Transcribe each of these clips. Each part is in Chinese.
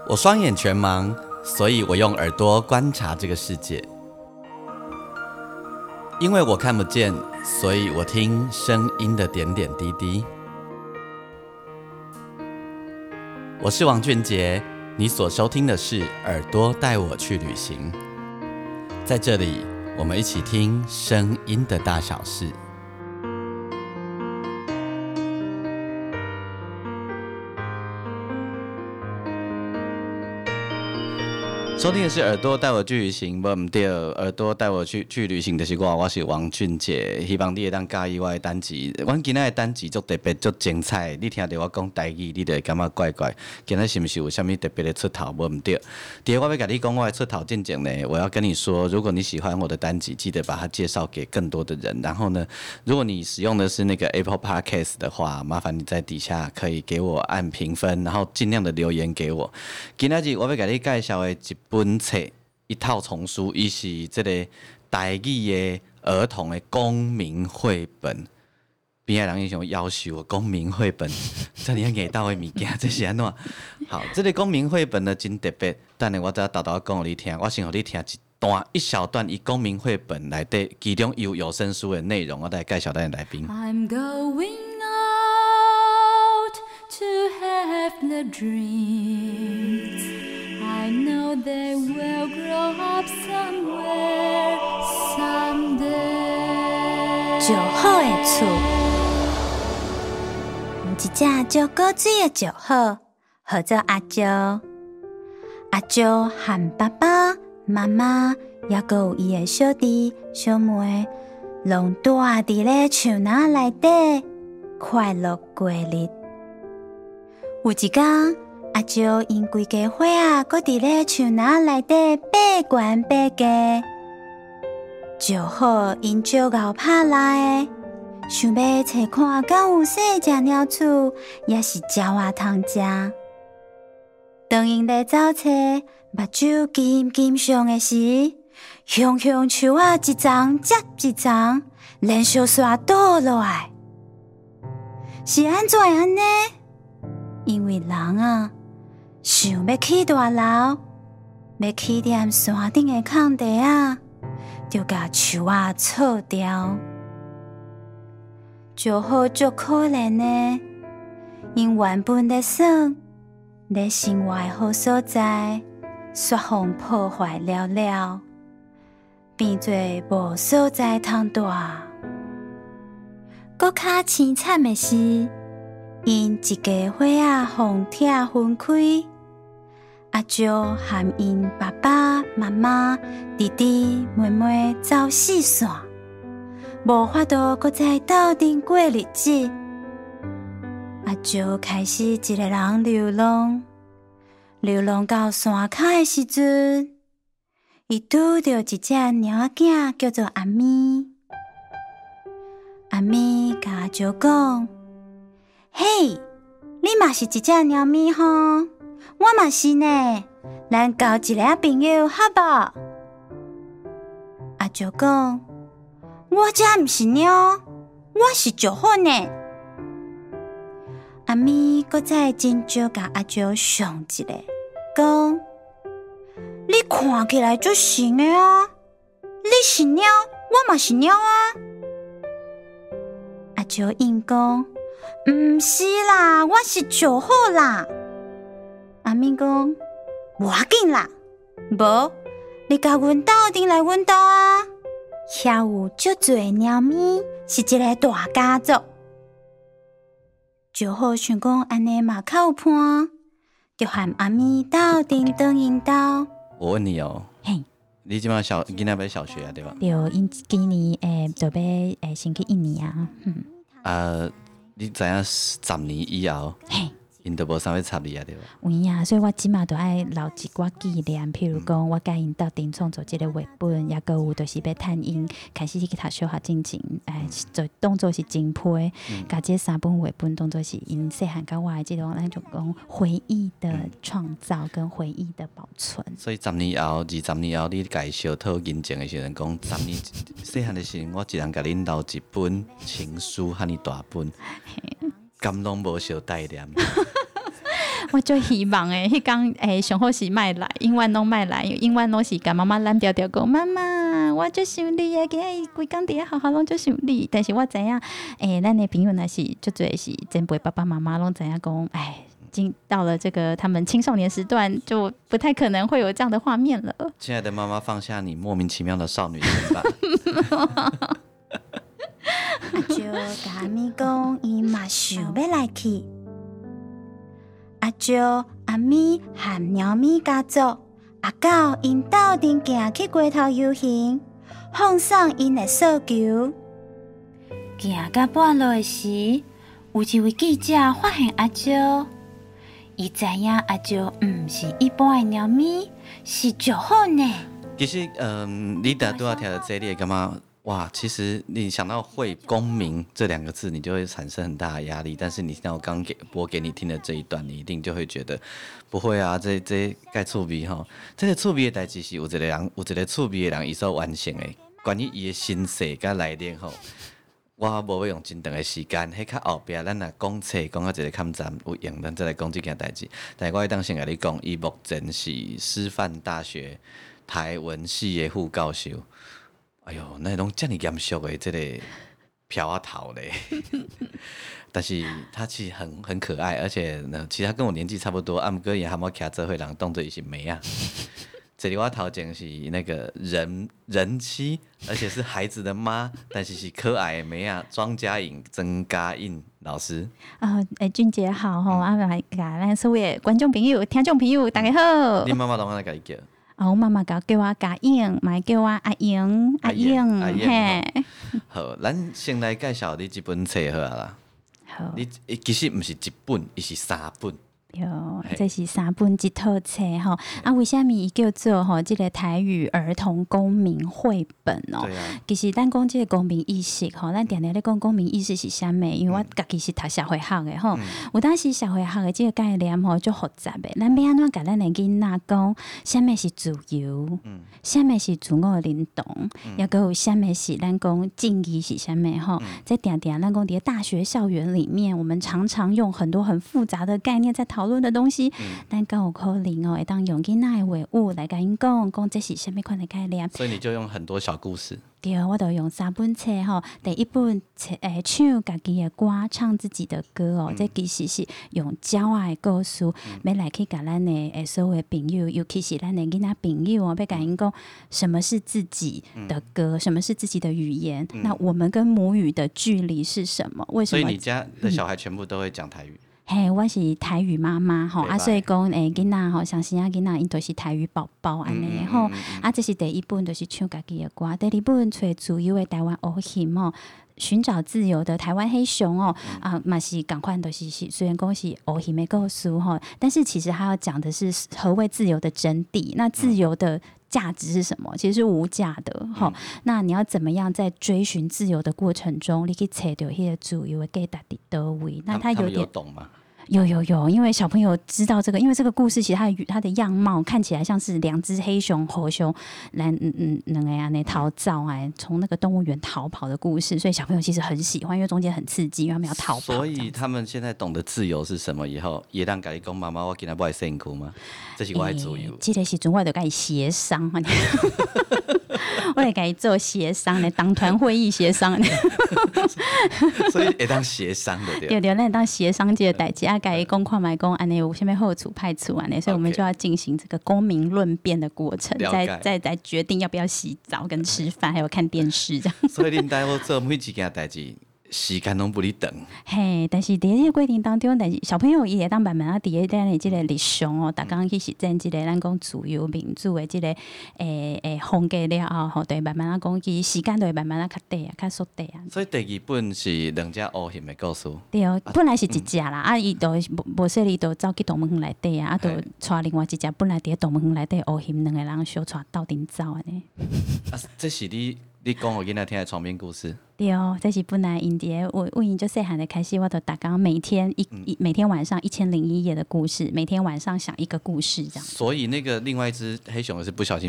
我双眼全盲，所以我用耳朵观察这个世界。因为我看不见，所以我听声音的点点滴滴。我是王俊杰，你所收听的是《耳朵带我去旅行》。在这里，我们一起听声音的大小事。收听的是耳朵带我去旅行，无唔对，耳朵带我去旅行就是我是王俊杰，希望你会当介意我的单集。阮今仔的单集足特别足精彩，你听到我讲台语，你就会感觉怪怪。今仔是不是有啥物特别的出头？无唔对。第二，我要跟你讲我的出头进前呢，我要跟你说，如果你喜欢我的单集，记得把它介绍给更多的人。然后呢，如果你使用的是那个 Apple Podcast 的话，麻烦你在底下可以给我按评分，然后尽量的留言给我。今仔日我要跟你介绍的本册一套丛书，伊是这个台语的儿童的公民绘本。边仔人英雄要求公民绘本，这里硬到的物件，这是安怎？好，这个公民绘本呢真特别。等下我再豆豆讲给你听，我先给你听一小段以公民绘本内底，其中有声书的内容，我再介绍咱的来宾。 I'm going out to have the dreams.I know they will grow up somewhere someday。石虎的厝，有一只石果水的石虎，号做阿石。阿石和爸爸、妈妈，也阁有伊的小弟、小妹，拢住伫咧树林内底，快乐过日。有一天，阿石因规家伙仔搁伫咧树林内底爬悬爬低，石虎因石咬拍来的，想要找看敢有细只鸟鼠，也是鸟仔通食。当因咧走找，目睭金金上的时，雄雄树仔一丛接一丛，连续刷倒落来，是安怎样呢？因为人啊，想要起大楼，要起踮山顶的空地啊，就甲树仔错掉。石虎足可怜的，因原本咧耍咧生活的好所在，煞风破坏了了，变做无所在通住。搁较凄惨的是，因一家伙仔风拆分开。阿石和因爸爸、妈妈、弟弟、妹妹走四散，无法度搁再斗阵过日子。阿石开始一个人流浪，流浪到山脚的时阵，伊拄到一只猫仔囝叫做阿咪。阿咪甲阿石讲：“嘿，你嘛是一只猫咪吼？我嘛是呢，咱交一个朋友好不？”阿石讲：“我这不是猫，我是石虎呢。”阿咪搁再真少甲阿石上一个，讲：“你看起来就像的啊，你是猫，我嘛是猫啊。”阿石应讲：“毋是啦，我是石虎啦。”阿咪讲：“无要紧啦，无你甲阮斗阵来阮兜啊！遐有足侪猫咪，是一个大家族。”石虎想讲安尼嘛较有伴，就和阿咪斗阵当因兜。 我问你哦， 嘿， 你今晚今仔要小学啊，对吧？ 对，因今年就要先去1年啊。 你知影10年以后， 嘿。 因都无啥要插你啊，对吧？ 有影啊，所以我即马都爱留一寡纪念，譬如讲，我甲因斗阵创作即个绘本，也有就是要趁因开始去读小学进前，就当作是真批，甲这3本绘本当作是因细汉甲我的这种那种讲回忆的创造跟回忆的保存。 所以10年后、20年后，你家小讨银钱的时阵，讲10年细汉的时候，我一人甲恁留一本情书，遐尼大本，敢拢无小带念。 我就希望迄天上好是莫来，永远拢莫来，永远拢是甲妈妈懒调调讲妈妈，我就想你啊，今日规工伫遐好好拢就想你。但是我知影，咱的朋友若是就做是前辈爸爸妈妈拢知影讲，已经到了这个他们青少年时段，就不太可能会有这样的画面了。 亲爱的妈妈，放下你莫名其妙的少女心吧。 阿舅甲咪讲，伊嘛想要来去。阿舅、阿咪和猫咪家族、阿狗因斗阵行去街头游行，放送因的诉求。行到半路的时，有一位记者发现阿舅。伊知影阿舅毋是一般的猫咪，是祝福呢。 其实，你拄仔听到这，你会感觉哇，其实你想到会公民这2个字，你就会产生很大的压力。但是你听到我刚播给你听的这一段，你一定就会觉得不会啊，这该趣味吼。这个趣味的代志是有一个趣味的人伊所完成的，关于伊的身世甲内面吼。我无要用真长的时间，迄较后壁咱若讲册讲到一个坎站有用，咱再来讲这件代志。但是我会当先甲你讲，伊目前是师范大学台文系的副教授。哎哟，那种这么严肃的这个飘啊头嘞，但是他其实很可爱，而且呢，其实他跟我年纪差不多，啊，不过也还冇徛做伙人当做伊是妹啊。这里我头前是那个人妻，而且是孩子的妈，但是是可爱的妹啊，庄佳颖、曾嘉颖老师。 俊杰好吼，来甲咱所有观众朋友、听众朋友大家好。 你妈妈拢安尼甲你叫？ 我妈妈叫我嘉颖，嘛叫我阿英，阿英嘿。 好，咱先来介绍你这本册好啦。 好， 你其实不是一本，伊是3本。 这是3本一套册吼。为什么伊叫做这个台语儿童公民绘本哦？ 对啊。 其实咱讲这个公民意识吼，咱常常咧讲公民意识是啥物？因为我家己是读社会学的吼，有当时社会学的这个概念吼就复杂的。咱要安怎甲咱的囡仔讲，啥物是自由？啥物是自我认同？也搁有啥物是咱讲正义是啥物吼？在常常咱讲伫大学校园里面，我们常常用很多很复杂的概念在讨论的东西，但敢有可能会当用囡仔的话语来甲因讲这是什么款的概念。 所以你就用很多小故事。 对，我都用3本册吼，第一本册唱家己的歌，唱自己的歌哦，这其实是用骄傲的故事，要来去甲咱的所有朋友，尤其是咱的囡仔朋友哦，要甲因讲什么是自己的歌，什么是自己的语言，那我们跟母语的距离是什么？为什么？ 所以你家的小孩全部都会讲台语？ 我是台语妈妈吼，所以讲囡仔吼，像生囡仔因都是台语宝宝安尼吼。这是第一本，就是唱家己的歌。第二本找自由的台湾黑熊吼，寻找自由的台湾黑熊哦，嘛是同款，都是虽然讲是黑熊的故事吼，但是其实他要讲的是何谓自由的真谛。那自由的价值是什么？其实是无价的哈。那你要怎么样在追寻自由的过程中，你去找到迄个自由的价值伫倒位？那他有点懂吗？ 有，因为小朋友知道这个，因为这个故事其实它的样貌看起来像是2只黑熊、猴熊来两个安尼逃走从那个动物园逃跑的故事，所以小朋友其实很喜欢，因为中间很刺激，因为他们要逃跑。 所以他们现在懂得自由是什么以后，也当甲你讲妈妈，我今仔不爱辛苦吗？这是我的自由。 这个时阵我就甲伊协商，我会甲伊做协商的，党团会议协商的。 所以会当协商的对。 对，咱当协商这个代志，甲伊讲看卖讲安尼有啥物好处歹处安尼，所以我们就要进行这个公民论辩的过程，再来决定要不要洗澡、跟吃饭，还有看电视这样。 所以恁带我做每一件代志，时间拢不哩等。 但是伫迄个过程当中，但是小朋友伊会当慢慢伫咱的即个日常哦，逐工去实践即个咱讲自由民主的即个风格了后，对，慢慢讲，其实时间就会慢慢较短啊，较缩短啊。 所以第2本是2只乌熊的故事。 对，本来是一只啦，伊就无说伊就走去动物园内底啊，就带另外一只本来伫动物园内底乌熊2个人小带斗阵走安尼。 这是你讲互囡仔听的床边故事。 对，这是本来因我因就细汉的开始，我就逐工每天晚上1001夜的故事，每天晚上想一个故事这样。 所以那个另外一只黑熊是不小心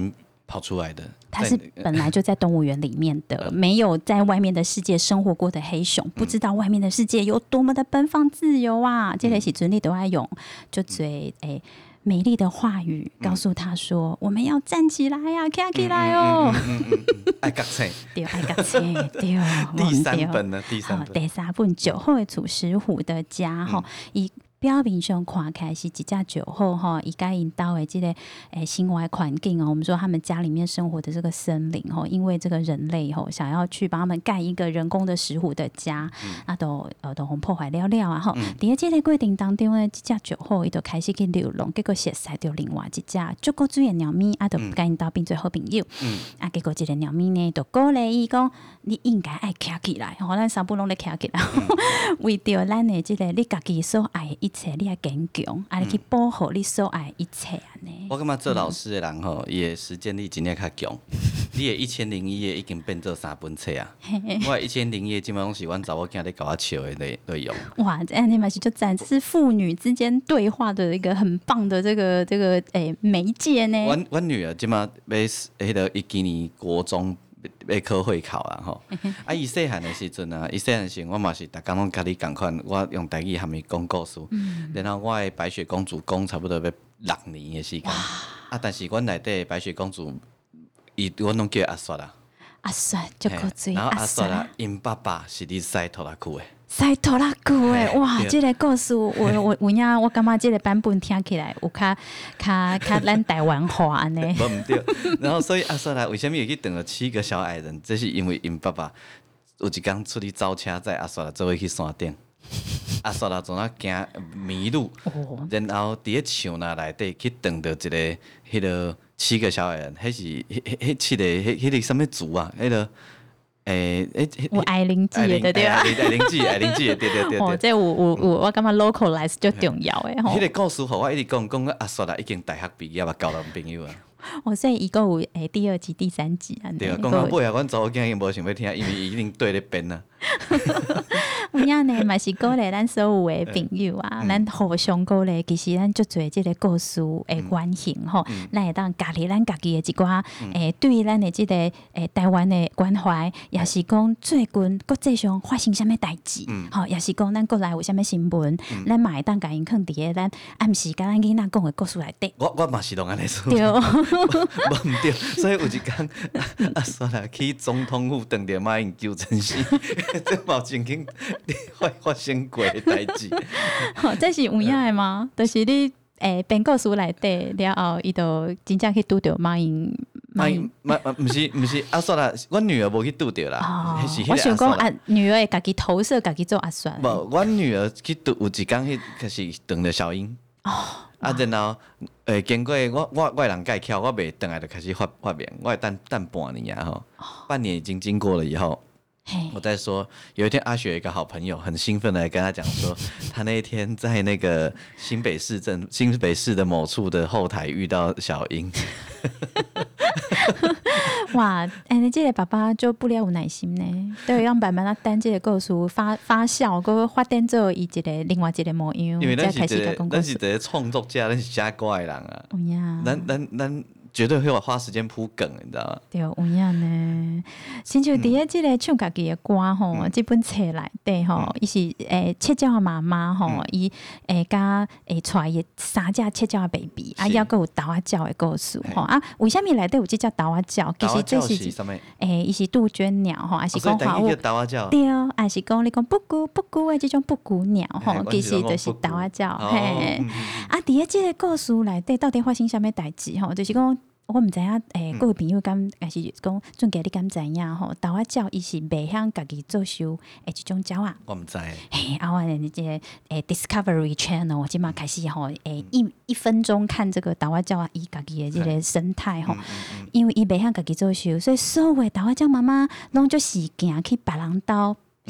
跑出来的。 它是本来就在动物园里面的，没有在外面的世界生活过的黑熊，不知道外面的世界有多么的奔放自由啊！这个时阵你都要用就最美丽的话语告诉他说：“我们要站起来呀，站起来哦！” 爱角色， 对，爱角色，对。 第三本呢？第三本9号的楚石虎的家哈，以表面上看起来是一只9号哈，伊甲因兜的这个生活环境哦，我们说他们家里面生活的这个森林哈，因为这个人类哈想要去帮他们盖一个人工的石虎的家，啊都互破坏了啊哈。伫这个过程当中呢，这只9号伊就开始去流浪，结果识识到另外一只足够水的猫咪，啊，就甲因兜变做好朋友。啊，结果这个猫咪呢，就鼓励伊讲，你应该爱徛起来，吼，咱三不拢咧徛起来，为着咱的这个你家己所爱的一切，你要坚强，啊，你去保护你所爱的一切安尼。 我感觉做老师的人吼，伊的实践力真正较强。你的1001页已经变做3本册啊！我的1001页基本上是阮查某囝咧甲我笑的内容。 哇，这安尼嘛是就展示父女之间对话的一个很棒的这个媒介呢。 阮女儿即马要迄个伊今年国中要考会考啊吼。啊，伊细汉的时阵啊，伊细汉时我嘛是逐工拢甲你共款，我用台语含伊讲故事。然后我的白雪公主讲差不多要6年的时间。啊，但是阮内底白雪公主，阮拢叫阿雪啦。 阿雪足够水， 然后阿雪啦，因爸爸是伫西托拉区的。 西托拉区诶，哇！这个故事我我感觉这个版本听起来有较咱台湾话安尼。 无毋对，然后所以阿雪啦，为什么会去当了7个小矮人？这是因为因爸爸有一天出去招车载阿雪啦，做伙去山顶。阿雪啦，从那行迷路，然后伫咧树林内底去撞到一个迄个7个小矮人，迄是迄7个迄个什么族啊？迄个。 有爱灵记的对吧？ 爱灵记的对。 哦，这我感觉 localize 最重要的吼。 迄个故事，我一直讲阿雪啦，已经大学毕业啊，交男朋友啊。 哦，所以伊个有第2集、第3集啊。 对啊，讲到尾啊，阮查某囝已经无想要听，因为伊一定对咧编啊。 有影呢，嘛是鼓励咱所有的朋友啊，咱互相鼓励。其实咱足侪即个故事的原型吼，咱会当家己咱家己的一寡对咱的即个台湾的关怀，也是讲最近国际上发生啥物代志，吼，也是讲咱国内有啥物新闻，咱嘛会当甲因放伫个咱暗时甲咱囡仔讲的故事内底。 我嘛是拢安尼做。 对，无毋对，所以有一天阿雪啦去总统府当着马英九真是，这嘛曾经发生过的代志。 这是有影的吗？就是你编故事内底了后，伊就真正去拄着马英。 毋是阿雪啦，阮女儿无去拄着啦。 我想讲女儿会家己投射，家己做阿雪。 无，阮女儿去拄有一天就是当着小英。啊，然后经过我人介巧，我袂转来就开始发明，我会等半年啊吼，半年已经经过了以后。我在说，有一天阿雪有一个好朋友很兴奋的跟他讲说，他那一天在那个新北市的某处的后台遇到小英。 哇，你这个爸爸就不了有耐心呢，对，让慢慢啊等这个故事发酵，佮发展做伊一个另外一个模样， 因为咱是一个创作家，咱是写歌的人啊，咱绝对会花时间铺梗，你知道吗？ 对，有影呢。亲像伫咧即个唱家己的歌吼，这本册内底吼，伊是切鸟的妈妈吼，伊甲带伊3只切鸟的 baby， 啊，还佫有豆仔鸟的故事吼啊。为虾米内底有即只豆仔鸟？其实这是啥物？ 伊是杜鹃鸟吼，还是讲话有豆仔鸟？ 对，还是讲你讲布谷的这种布谷鸟吼，其实就是豆仔鸟。嘿，啊，伫咧即个故事内底到底发生啥物代志吼？就是讲。我毋知影，各位朋友敢还是讲俊杰你敢知影吼？豆仔鸟伊是袂晓家己做收一种鸟啊。 我毋知。 嘿，啊，我即个Discovery Channel 即马开始吼，一分钟看这个豆仔鸟伊家己的即个生态吼，因为伊袂晓家己做收，所以所有的豆仔鸟妈妈拢就是行去别人兜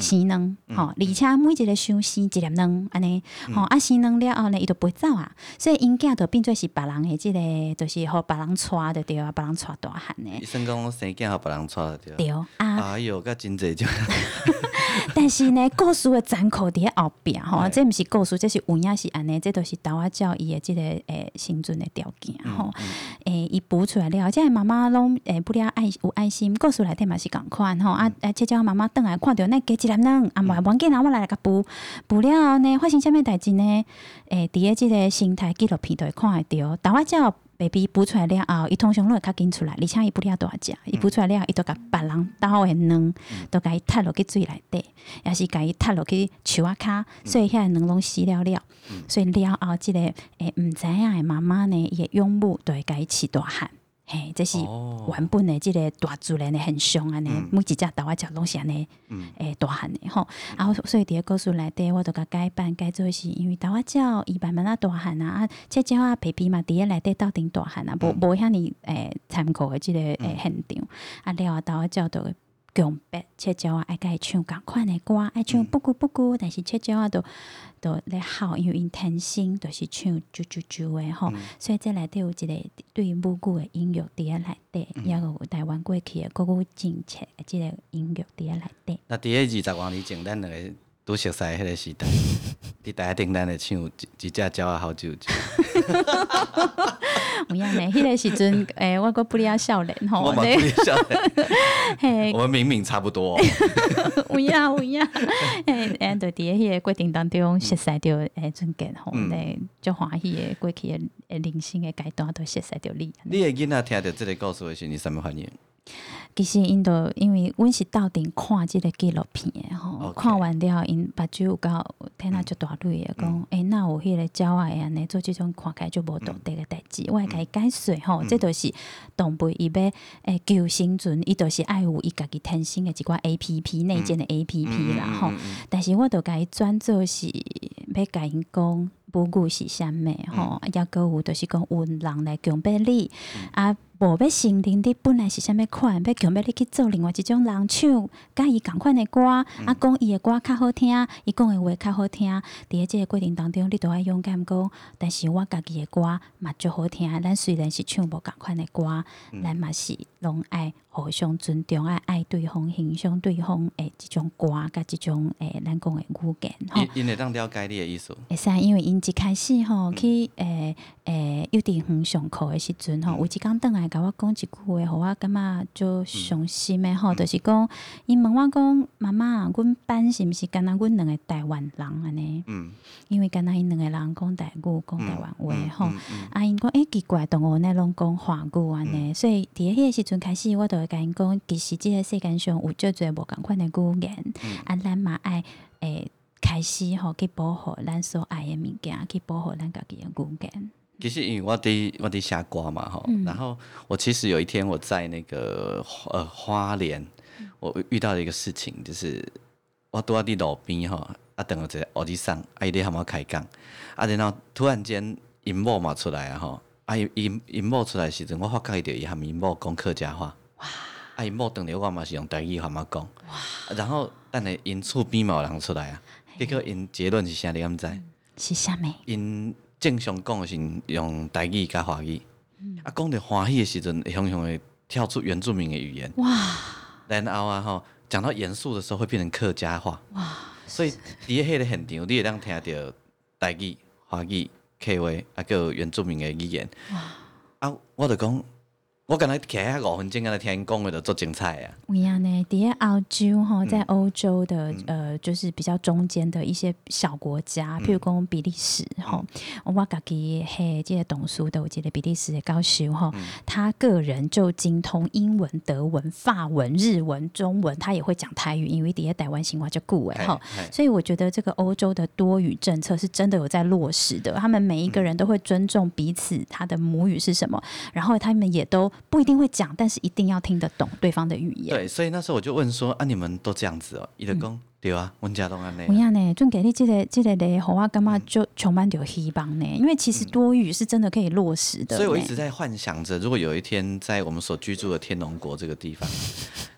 生卵，而且每一个伤生一粒卵安尼，生卵了后呢，伊就飞走啊，所以因囝就变做是别人的即个，就是互别人带就对啊，别人带大汉的。 医生讲生囝互别人带就对。 对啊。 哎哟，甲真济种。 但是呢，故事的残酷伫咧后壁吼，这毋是故事，这是有影是安尼，这都是台湾教伊的即个生存的条件吼。伊补出来了，即个妈妈拢不了有爱心，故事内底嘛是共款吼。切叫妈妈倒来看到那加一粒卵，无要紧啦，我来甲补了后呢，发生啥物代志呢？伫咧即个生态纪录片都会看会到，台湾教。baby 补出来了后，伊通常拢会较紧出来，而且伊不了大只，伊补出来了，伊都甲别人倒的卵，都甲伊踢落去水内底，也是甲伊踢落去树仔骹，所以遐卵拢死了了。所以了后，即个毋知影的妈妈呢，伊的养母就会甲伊饲大汉。嘿，这是原本的即个大自然的现象安尼，每一只台湾鸟拢是安尼，大汉的吼。然后所以伫个故事内底，我都甲改做是因为台湾鸟伊慢慢大汉啊，切鸟啊 baby 嘛伫个内底斗阵大汉啊，无遐尼残酷的即个现场。了后台湾鸟就会强迫切鸟啊，爱甲伊唱共款的歌，爱唱不咕不咕，但是切鸟啊都咧吼，因为因天生就是唱啾啾啾的吼，所以这内底有一个对母语的音乐伫个内底，也有台湾过去的国语政策的即个音乐伫个内底。 那伫个20多年前，咱两个拄熟悉迄个时代，伫台顶咱会唱一只鸟啊好啾啾。 有影呢，迄个时阵，我阁不了少年吼， 我嘛不了少年，我们明明差不多。 有影，就伫迄个过程当中，熟悉着俊杰吼，足欢喜的过去的人生的阶段，都熟悉着你。 你的囡仔听到这个故事的时候，你什么反应？ 其实因都因为阮是斗阵看即个纪录片的吼，看完了因目睭有够天啊足大蕊的，讲哪有迄个鸟仔会安尼做即种看起来就无道德的代志，我会甲伊解说吼，这都是动物伊要求生存，伊都是爱有伊家己天生的一寡 APP 内建的 APP 啦吼，但是我都甲伊转做是要甲因讲。母语是啥物吼，抑个有就是讲有人来强迫你啊，无要承认你本来是啥物款，要强迫你去做另外一种人唱，甲伊共款的歌，啊讲伊的歌较好听，伊讲的话较好听。伫个即个过程当中，你都要勇敢讲，但是我家己的歌嘛足好听。咱虽然是唱无共款的歌，咱嘛是拢爱互相尊重，爱对方，欣赏对方的即种歌，甲即种咱讲的语言吼。 因会当了解你的意思。 会使，因为因一开始吼去幼稚园上课的时阵吼，有一工转来甲我讲一句话，互我感觉足伤心的吼，就是讲，因问我讲，妈妈，阮班是毋是敢若阮两个台湾人安尼？因为敢若因两个人讲台语，讲台湾话吼。因讲奇怪，动物呢拢讲华语安尼，所以伫迄个时阵开始，我就会甲因讲，其实即个世界上有足侪无共款的语言，咱嘛爱开始吼去保护咱所爱的物件，去保护咱家己的语言。 其实因为我伫写歌嘛吼，然后我其实有一天我在那个花莲，我遇到了一个事情，就是我拄仔伫路边吼，等了一个黑子桑，伊咧和我开讲，然后突然间因某嘛出来啊吼，因某出来的时阵，我发觉到伊和因某讲客家话，哇！因某等下我嘛是用台语和我讲，哇！然后等下因厝边嘛有人出来啊，结果因结论是啥？你敢知？ 是啥物？ 因正常讲的是用台语加华语，讲到欢喜的时阵，会雄雄的跳出原住民的语言。哇！然后啊吼，讲到严肃的时候会变成客家话。哇！所以伫迄个现场，你会当听到台语、华语、客话，还有原住民的语言。哇！我就讲。我刚才徛遐5分钟，刚才听因讲的就足精彩啊！ 有影呢，伫个澳洲吼，在欧洲的就是比较中间的一些小国家，譬如讲比利时吼，我家己迄这个同事都有一个比利时的教授吼，他个人就精通英文、德文、法文、日文、中文，他也会讲台语，因为伫个台湾生活就久诶吼，所以我觉得这个欧洲的多语政策是真的有在落实的，他们每一个人都会尊重彼此他的母语是什么，然后他们也都不一定会讲，但是一定要听得懂对方的语言。 对，所以那时候我就问说：你们都这样子哦？伊就讲对啊，阮家都安尼。 有影呢，准给你这个咧，互我感觉就充满着希望呢。因为其实多语是真的可以落实的。 所以我一直在幻想着，如果有一天在我们所居住的天龙国这个地方，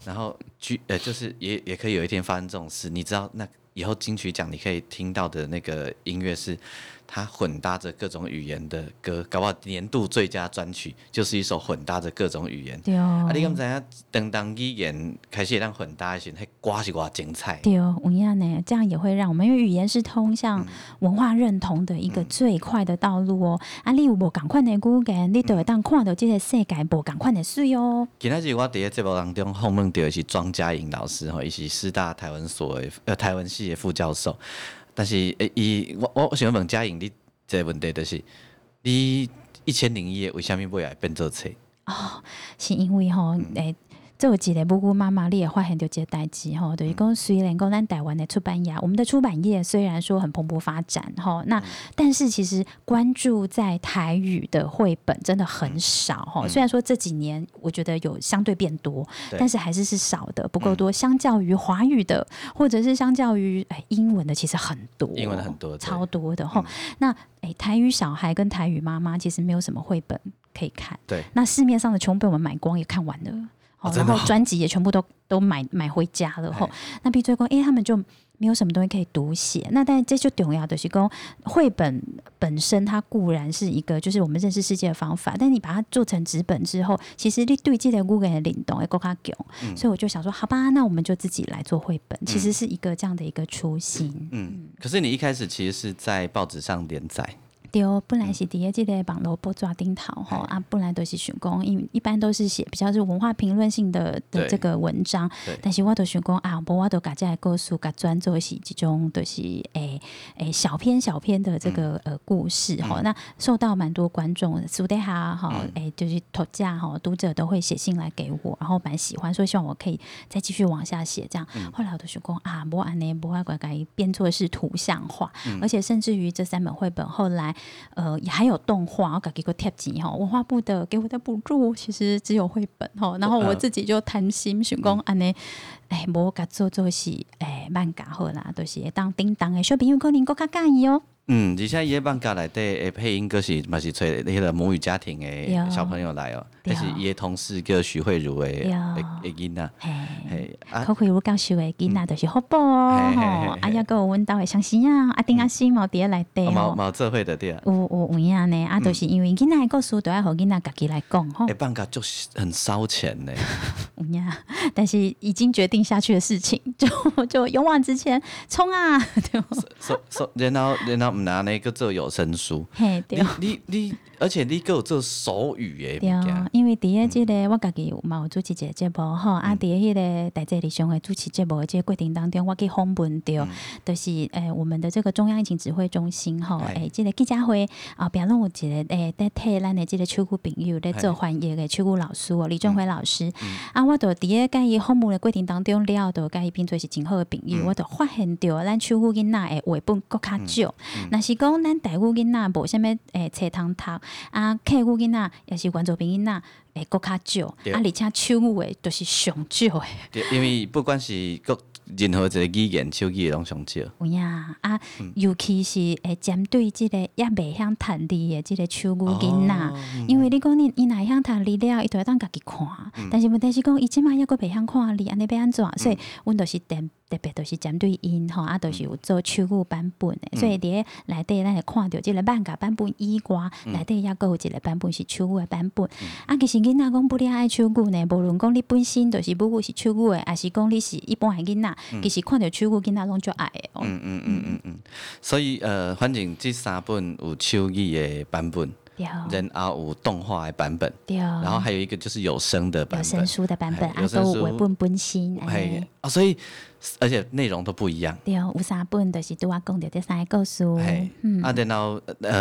然后就是也可以有一天发生这种事，你知道那以后金曲奖你可以听到的那个音乐是它混搭着各种语言的歌，搞不好年度最佳专曲就是一首混搭着各种语言。 对哦， 你敢知影当语言开始让混搭的时候，那歌是多精彩。 对哦，有影呢，这样也会让我们，因为语言是通向文化认同的一个最快的道路哦。你有无同款的语言，你就会当看到这个世界无同款的水哦。 今仔日我伫个节目当中访问到的是庄佳颖老师，伊是师大台文所的台文系的副教授。但是我想问佳颖，你这个问题就是，你1001夜为什么尾来变做册？ 哦，是因为做一个母母妈妈，你也发现到这个代志吼，就是讲虽然讲咱台湾的出版业，我们的出版业虽然说很蓬勃发展那但是其实关注在台语的绘本真的很少虽然说这几年我觉得有相对变多，但是还是少的，不够多。相较于华语的，或者是相较于英文的，其实很多， 英文的很多， 超多的那台语小孩跟台语妈妈其实没有什么绘本可以看， 对。 那市面上的全部被我们买光，也看完了。然后专辑也全部都买回家了那闭嘴讲他们就没有什么东西可以读写。那但这就重要的是讲绘本本身它固然是一个就是我们认识世界的方法，但你把它做成纸本之后，其实你对这个语言的灵动会更加强。所以我就想说好吧，那我们就自己来做绘本，其实是一个这样的一个初心。 可是你一开始其实是在报纸上连载。 对，本来是伫这个网络报纸顶头本来都是想讲，因为一般都是写比较是文化评论性的这个文章，但是我都想讲无我都把这个故事给转做是这种就是小篇的这个故事那受到蛮多观众私底下就是读者都会写信来给我，然后蛮喜欢，所以希望我可以再继续往下写这样。后来我都想讲无安尼，无我改变作是图像化，而且甚至于这3本绘本后来也还有动画，我自己给贴钱文化部的给我的补助其实只有绘本然后我自己就贪心想讲安尼无甲做是漫画好啦，就是会当叮当的小朋友可能更加介意而且伊个漫画内底的配音嘛是找迄个母语家庭的小朋友来那是伊的同事叫徐慧茹的囡仔， 可慧茹教授的囡仔就是好宝还有阮兜的相信丁阿星嘛伫内底冇做伙的对有影呢就是因为囡仔的故事都要互囡仔家己来讲漫画就是很烧钱呢有影，但是已经决定下去的事情就勇往直前冲啊然后唔拿那个做有声书你而且你还有做手语的物件， 因为伫个这个我家己有主持一个节目伫个迄个台这里上的主持节目的这个过程当中，我去访问到就是我们的这个中央疫情指挥中心这个记者会边拢有一个在替咱的这个手语朋友在做翻译的手语老师李正辉老师我就伫个甲伊访问的过程当中了，就甲伊变做是真好的朋友我就发现到咱手语囡仔的绘本更较少若是讲咱台语囡仔无啥物册通读客语囡仔也是原住民囡仔会更较少而且手语的就是上少的因为不管是任何一个语言手语拢上少有影尤其是针对这个也袂晓读字的这个手语囡仔因为你讲伊若会晓读字了伊就会当家己看但是问题是讲伊即摆还阁袂晓看字安尼要安怎所以阮就是特别就是针对因就是有做手语版本的所以伫内底咱会看到这个漫画版本以外内底也阁有一个版本是手语的版本其实囡仔讲不了爱手语呢无论讲你本身就是母语是手语的还是讲你是一般的囡仔其实看到手语囡仔拢足爱的所以反正这3本有手语的版本然后有动画的版本然后还有一个就是有声的版本有声书的版本都有绘本本身所以而且内容都不一样对有3本就是拄我讲到这3个故事然后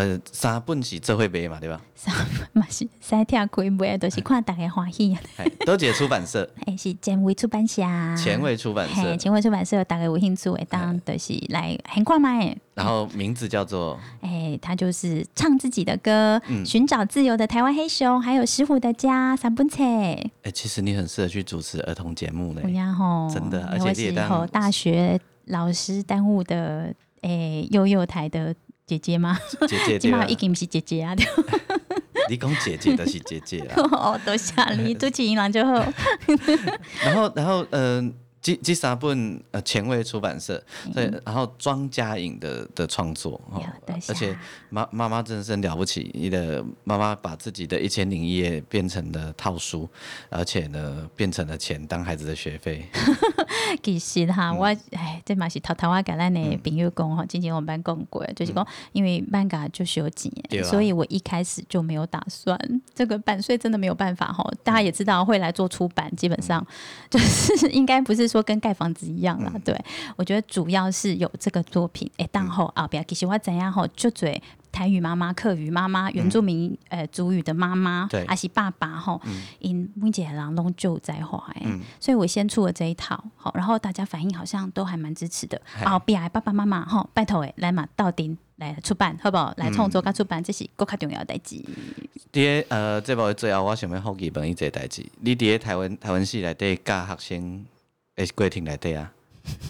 3本是做伙卖嘛对吧 3嘛是使拆开卖就是看大家欢喜都一个出版社是前卫出版社前卫出版社前卫出版社大家有兴趣会当就是来很看卖然后名字叫做他就是唱自己的歌寻找自由的台湾黑熊还有石虎的家3本册其实你很适合去主持儿童节目呢真的而且你也当大学老师耽误的幼幼台的姐姐吗？ 姐姐今嘛已经不是姐姐你讲姐姐就是姐姐啦。 哦，多谢你，多谢银人就好。 然后这三本前卫出版社，对，然后庄家颖的创作，而且妈妈真的是很了不起，你的妈妈把自己的1001夜变成了套书，而且呢变成了钱当孩子的学费。 其实哈，我这嘛是偷偷我跟咱的朋友讲哈，之前我们班讲过，就是讲因为班嘎就是有钱，所以我一开始就没有打算这个版税真的没有办法哈。大家也知道会来做出版，基本上就是应该不是说跟盖房子一样啦。对，我觉得主要是有这个作品，当后后边其实我怎样吼，就最。台语妈妈、客语妈妈、原住民族语的妈妈，还是爸爸吼，因每一个人拢就在画所以我先出了这一套，好，然后大家反应好像都还蛮支持的。后边爸爸妈妈吼，拜托来嘛，到顶来出版，好不好？来创作甲出版，这是更加重要的代志。 伫节目的最后，我想要好奇问一个代志，你伫台湾系内底教学生的过程内底啊，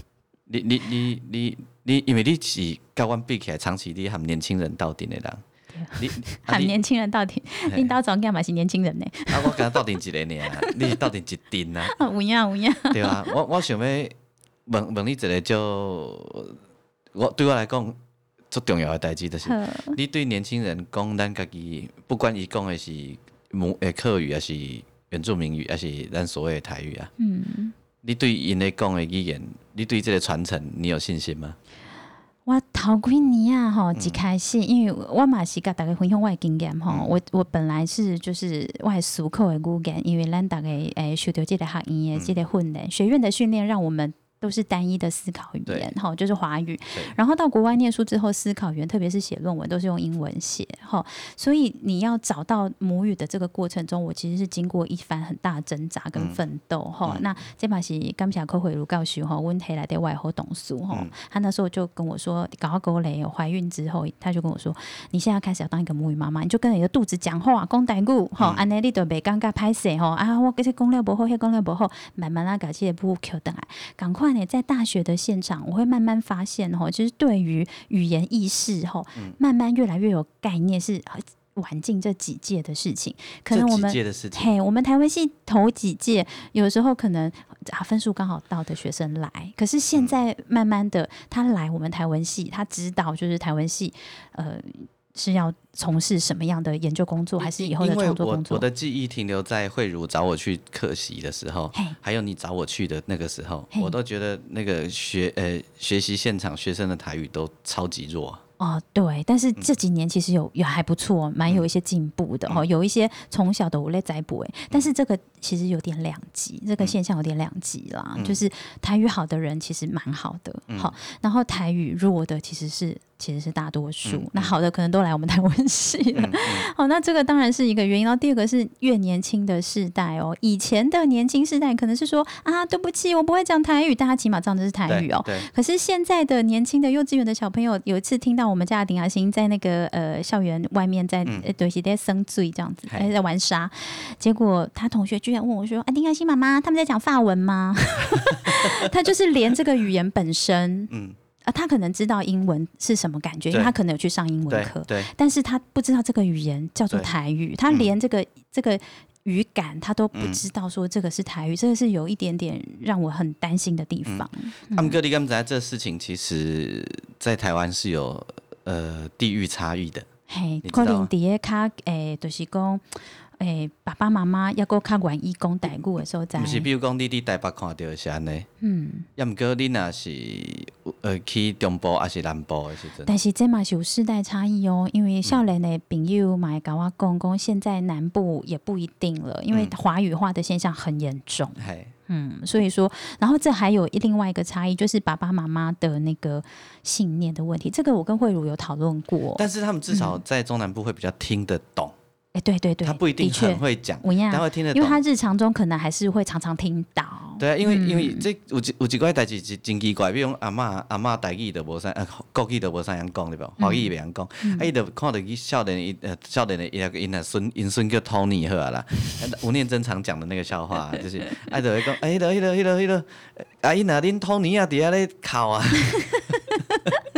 你因为你是甲阮比起来，长期你和年轻人斗阵的人， 和年轻人斗阵，恁兜庄囝嘛是年轻人呢。 我跟他斗阵一个尔，你是斗阵一阵啊。 有影。 对啊，我想要问你一个对我来讲最重要的代志，就是你对年轻人讲咱家己，不管伊讲的是客语，还是原住民语，还是咱所谓的台语啊。你对因咧讲的语言，你对这个传承，你有信心吗？ 我头几年啊，吼，一开始，因为我嘛是甲大家分享我的经验吼，我本来是就是我的思考的语言，因为咱大家受到这个学院的这个训练，学院的训练让我们。都是单一的思考语言，就是华语。然后到国外念书之后，思考语言，特别是写论文，都是用英文写，所以你要找到母语的这个过程中，我其实是经过一番很大的挣扎跟奋斗。那这把是感谢柯慧茹教授，阮提来的外后董事，他那时候就跟我说，搞到狗雷怀孕之后，他就跟我说，你现在开始要当一个母语妈妈，你就跟你的肚子讲话，讲台语，安尼你就袂尴尬歹势啊，我这讲了不好，那讲了不好，慢慢把这个步扣等来，赶快。在大学的现场，我会慢慢发现其实对于语言意识慢慢越来越有概念，是晚近这几届的事情。可能我们我们台湾系头几届有时候可能分数刚好到的学生来，可是现在慢慢的他来我们台湾系，他知道就是台湾系是要从事什么样的研究工作，还是以后的创作工作？ 我的记忆停留在慧茹找我去客席的时候，还有你找我去的那个时候，我都觉得那个学习现场学生的台语都超级弱。 对，但是这几年其实有还不错，蛮有一些进步的有一些从小的我在栽培，但是这个其实有点两极，这个现象有点两极啦，就是台语好的人其实蛮好的，然后台语弱的其实是大多数，那好的可能都来我们台湾系了。那这个当然是一个原因。然后第二个是越年轻的世代以前的年轻世代可能是说啊，对不起，我不会讲台语，但他起码讲的是台语可是现在的年轻的幼稚园的小朋友，有一次听到我们家的丁雅欣在那个校园外面在在生醉这样子，在玩沙，结果他同学居然问我说：“丁雅欣妈妈，他们在讲法文吗？”他就是连这个语言本身，他可能知道英文是什么感觉，因为他可能有去上英文课，但是他不知道这个语言叫做台语，他连这个语感他都不知道说这个是台语，这个是有一点点让我很担心的地方。 他们各地刚才这事情，其实在台湾是有地域差异的， 可能伫个较就是讲。爸爸妈妈要够较愿意讲台语的时候， 不是，比如讲你伫台北看到是安尼，要毋过你若是去中部还是南部的时阵， 但是这嘛是有世代差异因为少年的朋友嘛会跟我讲，现在南部也不一定了，因为华语化的现象很严重。所以说，然后这还有另外一个差异，就是爸爸妈妈的那个信念的问题。这个我跟慧茹有讨论过， 但是他们至少在中南部会比较听得懂。 对，他不一定很会讲，他会听得懂， 因为他日常中可能还是会常常听到。 对啊，因为这有一块代志是真奇怪，比如阿嬷台语都无啥，国语都无啥人讲对吧？华语袂人讲，伊就看到伊少年的因孙叫 Tony 好啦，吴念真常讲的那个笑话，就是就会讲，迄个，阿姨那恁 Tony 啊，伫遐咧哭啊。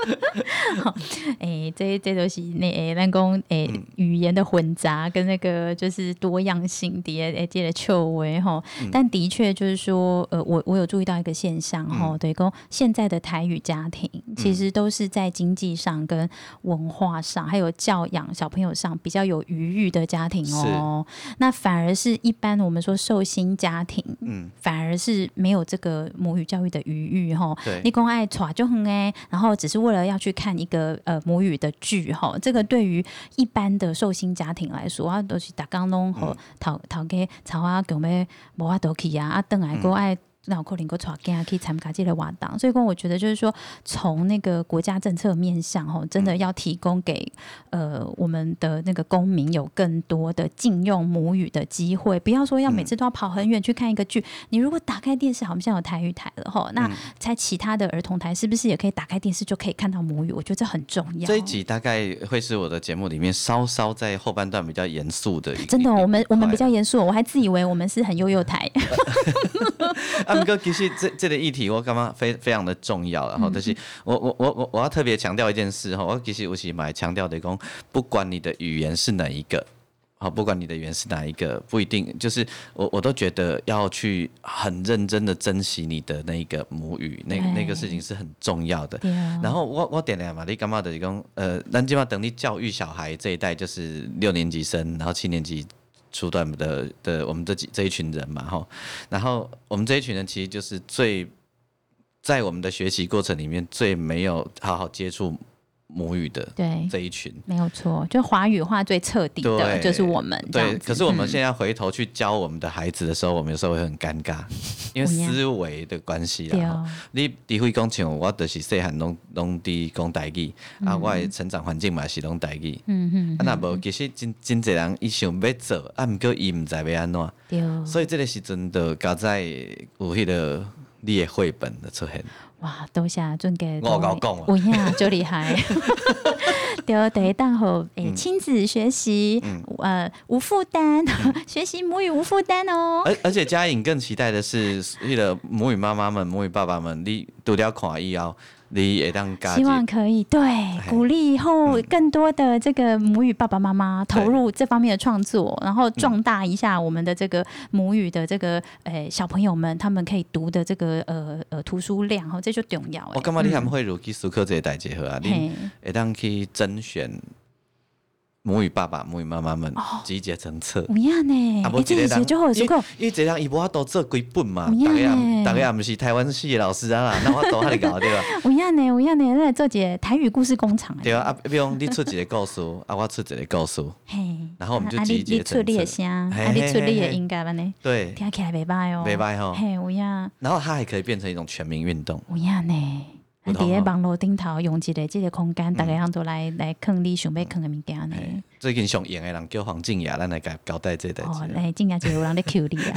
这都是那咱讲语言的混杂跟那个就是多样性的这个趣味哈。但的确就是说，我有注意到一个现象哈，对，讲现在的台语家庭其实都是在经济上跟文化上，还有教养小朋友上比较有余裕的家庭哦。那反而是一般我们说寿星家庭，反而是没有这个母语教育的余裕哈。你讲爱耍就很然后只是为了要去看一个母语的剧哈，这个对于一般的寿星家庭来说，都是大家拢和头家草啊，叫咩无法度去啊，等来过爱。那有可能够带囝去参加这个活动，所以我觉得就是说，从那个国家政策面向真的要提供给我们的那个公民有更多的禁用母语的机会，不要说要每次都要跑很远去看一个剧。你如果打开电视，好像有台语台了那在其他的儿童台是不是也可以打开电视就可以看到母语？我觉得这很重要。 这一集大概会是我的节目里面稍稍在后半段比较严肃的真的，我们比较严肃，我还自以为我们是很悠台。 不过其实这个议题我感觉非常的重要，然后就是我要特别强调一件事哈，我其实我是蛮强调的，讲不管你的语言是哪一个，好，不管你的语言是哪一个，不一定就是我都觉得要去很认真的珍惜你的那个母语，那个事情是很重要的。然后我点了嘛，你感觉就是讲咱基本上等你教育小孩这一代，就是6年级生，然后7年级。初段的我们这一群人嘛，然后我们这一群人其实就是在我们的学习过程里面最没有好好接触母语的这一群， 没有错，就华语化最彻底的就是我们。 对，可是我们现在回头去教我们的孩子的时候，我们有时候会很尴尬，因为思维的关系啦。你会讲像我就是细汉拢伫讲台语，我的成长环境嘛是拢台语。那无其实真侪人伊想要做，不过伊唔知要安怎。所以这个时阵就交在有迄个你的绘本的出现。 哇，多谢准给我讲啊， 有影就厉害。对，第一档好亲子学习，无负担，学习母语无负担哦。 而且嘉颖更期待的是，那个母语妈妈们、母语爸爸们，你除了看以后，你也当希望可以鼓励以后更多的这个母语爸爸妈妈投入这方面的创作，然后壮大一下我们的这个母语的这个小朋友们，他们可以读的这个图书量，这就重要。 我感觉你还会如去思考这个代志好啊，你会当去甄选母语爸爸、母语妈妈们集结成册， 有影呢？这个是就好思考， 因为这样伊无法度做几本嘛，大家也不是台湾系的老师啊啦，那我多下你搞对吧？ 有影呢，有影呢，咱来做一个台语故事工厂。 对啊，比如你出一个故事，我出一个故事，然后我们就集结成册。 你出你的声，你出你的音乐呢？ 对， 听起来袂歹哦， 袂歹吼。 嘿，有影。 然后它还可以变成一种全民运动。 有影呢。伫咧网络顶头用一个这个空间，大家人都来放你想要放的物件呢。 最近上用的人叫黄静雅，咱来交代这代志。 来静雅就有人在 Q 你啊。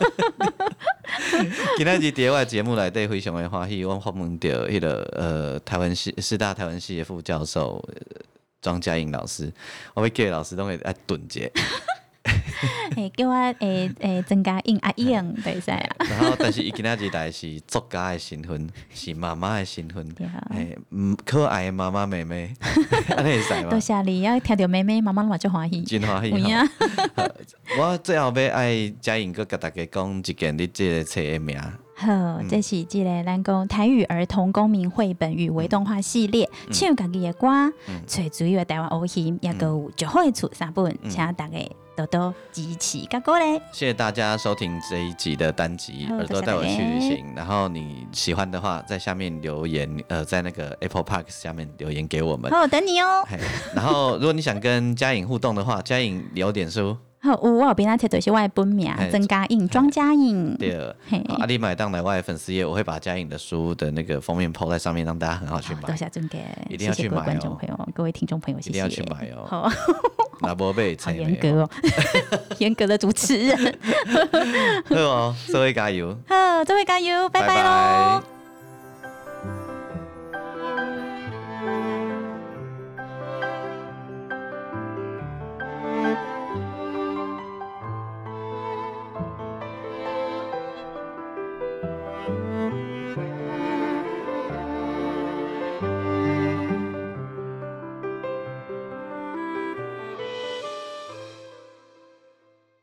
今天伫我的节目内底非常的欢喜，我访问到迄个台湾师大台湾系的副教授庄佳颖老师，我要叫老师拢会爱顿者。 叫我增加应阿应对使啦。 然后，但是伊今仔日来是作家的身份，是妈妈的身份，可爱的妈妈妹妹，安尼会使吗？ 多谢你，要听到妹妹妈妈嘛就欢喜， 真欢喜。我最后要爱嘉颖，佮大家讲一件你这个册的名。 好，这是这个咱讲台语儿童公民绘本与微动画系列，唱家己的歌，找主要的台湾偶音，也个有就好的出3本，请大家多多支持甲鼓励。 谢谢大家收听这一集的单集《耳朵带我去旅行》。然后你喜欢的话，在下面留言，在那个 Apple Park 下面留言给我们。 好，等你哦。 然后，如果你想跟嘉颖互动的话，嘉颖留点书。 好，我有边仔摕就是我的本名曾嘉颖，庄嘉颖。 对，你买当来我的粉丝页，我会把嘉颖的书的那个封面 po 在上面，让大家很好去买。 多谢尊哥， 一定要去买哦， 观众朋友、各位听众朋友，谢谢。 一定要去买哦。 好， 那不被好严格哦，严格的主持人。 好哦，各位加油！ 好，各位加油，拜拜喽。